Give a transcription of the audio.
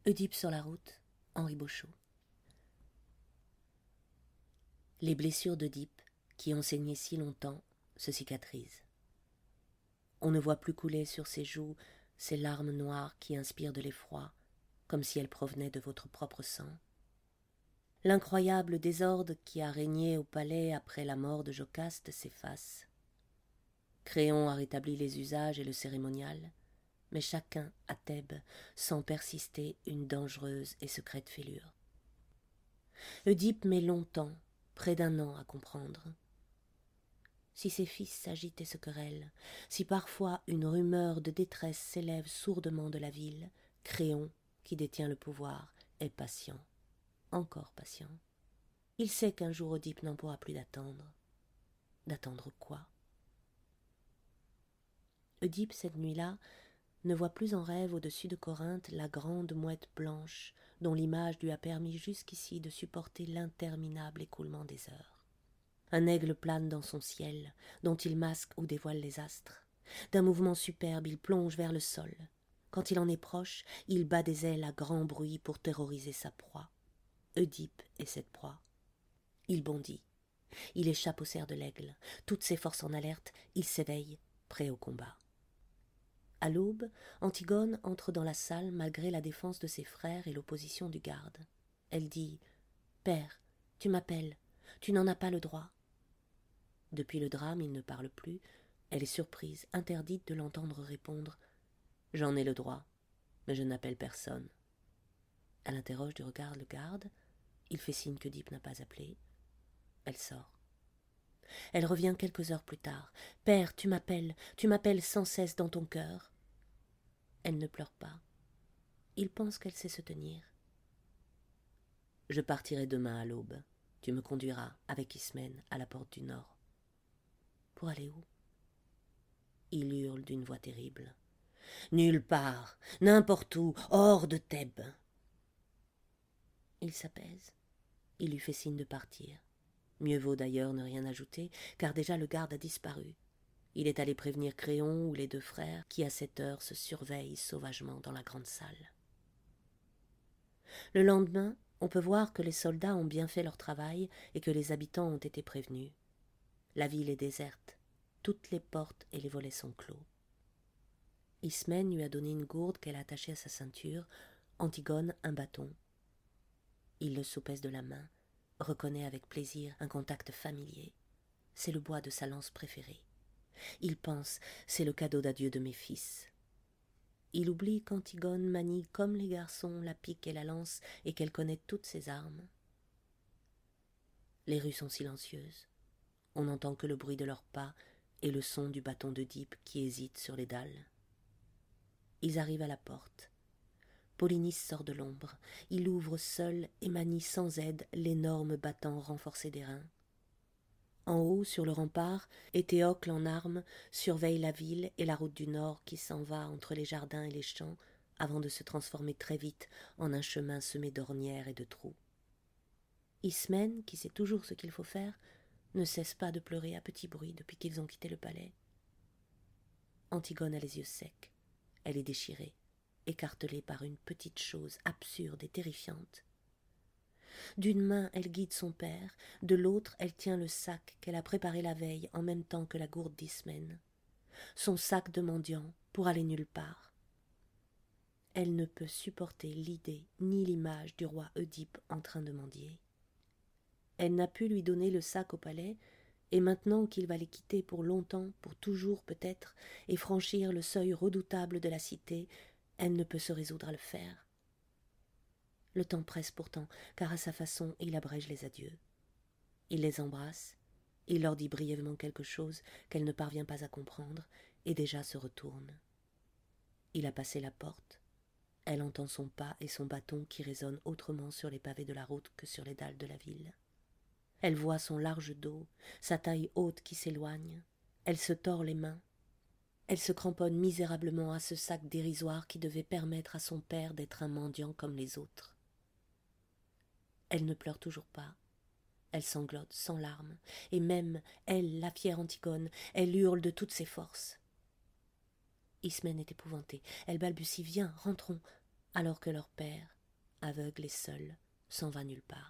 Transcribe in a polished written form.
Oedipe sur la route, Henri Beauchot. Les blessures d'Oedipe, qui ont saigné si longtemps, se cicatrisent. On ne voit plus couler sur ses joues ces larmes noires qui inspirent de l'effroi, comme si elles provenaient de votre propre sang. L'incroyable désordre qui a régné au palais après la mort de Jocaste s'efface. Créon a rétabli les usages et le cérémonial, mais chacun, à Thèbes, sent persister une dangereuse et secrète fêlure. Oedipe met longtemps, près d'1 an, à comprendre. Si ses fils s'agitent et se querellent, si parfois une rumeur de détresse s'élève sourdement de la ville, Créon, qui détient le pouvoir, est patient, encore patient. Il sait qu'un jour Oedipe n'en pourra plus d'attendre. D'attendre quoi? Oedipe, cette nuit-là, ne voit plus en rêve au-dessus de Corinthe la grande mouette blanche dont l'image lui a permis jusqu'ici de supporter l'interminable écoulement des heures. Un aigle plane dans son ciel, dont il masque ou dévoile les astres. D'un mouvement superbe, il plonge vers le sol. Quand il en est proche, il bat des ailes à grand bruit pour terroriser sa proie. Oedipe est cette proie. Il bondit. Il échappe au cerf de l'aigle. Toutes ses forces en alerte, il s'éveille, prêt au combat. À l'aube, Antigone entre dans la salle malgré la défense de ses frères et l'opposition du garde. Elle dit « Père, tu m'appelles, tu n'en as pas le droit. » Depuis le drame, il ne parle plus. Elle est surprise, interdite de l'entendre répondre « J'en ai le droit, mais je n'appelle personne. » Elle interroge du regard le garde. Il fait signe qu'Oedipe n'a pas appelé. Elle sort. Elle revient quelques heures plus tard. « Père, tu m'appelles sans cesse dans ton cœur. » Elle ne pleure pas. Il pense qu'elle sait se tenir. « Je partirai demain à l'aube. Tu me conduiras avec Ismène à la porte du nord. » « Pour aller où ?» Il hurle d'une voix terrible. « Nulle part, n'importe où, hors de Thèbes. » Il s'apaise. Il lui fait signe de partir. Mieux vaut d'ailleurs ne rien ajouter, car déjà le garde a disparu. Il est allé prévenir Créon ou les 2 frères, qui à cette heure se surveillent sauvagement dans la grande salle. Le lendemain, on peut voir que les soldats ont bien fait leur travail et que les habitants ont été prévenus. La ville est déserte. Toutes les portes et les volets sont clos. Ismène lui a donné une gourde qu'elle a attachée à sa ceinture, Antigone un bâton. Il le soupèse de la main, reconnaît avec plaisir un contact familier. C'est le bois de sa lance préférée. Il pense, c'est le cadeau d'adieu de mes fils. Il oublie qu'Antigone manie comme les garçons la pique et la lance et qu'elle connaît toutes ses armes. Les rues sont silencieuses. On n'entend que le bruit de leurs pas et le son du bâton d'Oedipe qui hésite sur les dalles. Ils arrivent à la porte. Polynice sort de l'ombre. Il ouvre seul et manie sans aide l'énorme battant renforcé d'airain. En haut, sur le rempart, Éthéocle en armes surveille la ville et la route du nord qui s'en va entre les jardins et les champs avant de se transformer très vite en un chemin semé d'ornières et de trous. Ismène, qui sait toujours ce qu'il faut faire, ne cesse pas de pleurer à petit bruit depuis qu'ils ont quitté le palais. Antigone a les yeux secs. Elle est déchirée, écartelée par une petite chose absurde et terrifiante. D'une main, elle guide son père, de l'autre, elle tient le sac qu'elle a préparé la veille en même temps que la gourde d'Ismène. Son sac de mendiant pour aller nulle part. Elle ne peut supporter l'idée ni l'image du roi Oedipe en train de mendier. Elle n'a pu lui donner le sac au palais, et maintenant qu'il va les quitter pour longtemps, pour toujours peut-être, et franchir le seuil redoutable de la cité, elle ne peut se résoudre à le faire. Le temps presse pourtant, car à sa façon il abrège les adieux. Il les embrasse, il leur dit brièvement quelque chose qu'elle ne parvient pas à comprendre, et déjà se retourne. Il a passé la porte. Elle entend son pas et son bâton qui résonnent autrement sur les pavés de la route que sur les dalles de la ville. Elle voit son large dos, sa taille haute qui s'éloigne. Elle se tord les mains. Elle se cramponne misérablement à ce sac dérisoire qui devait permettre à son père d'être un mendiant comme les autres. Elle ne pleure toujours pas. Elle sanglote sans larmes, et même, elle, la fière Antigone, elle hurle de toutes ses forces. Ismène est épouvantée. Elle balbutie « Viens, rentrons », alors que leur père, aveugle et seul, s'en va nulle part.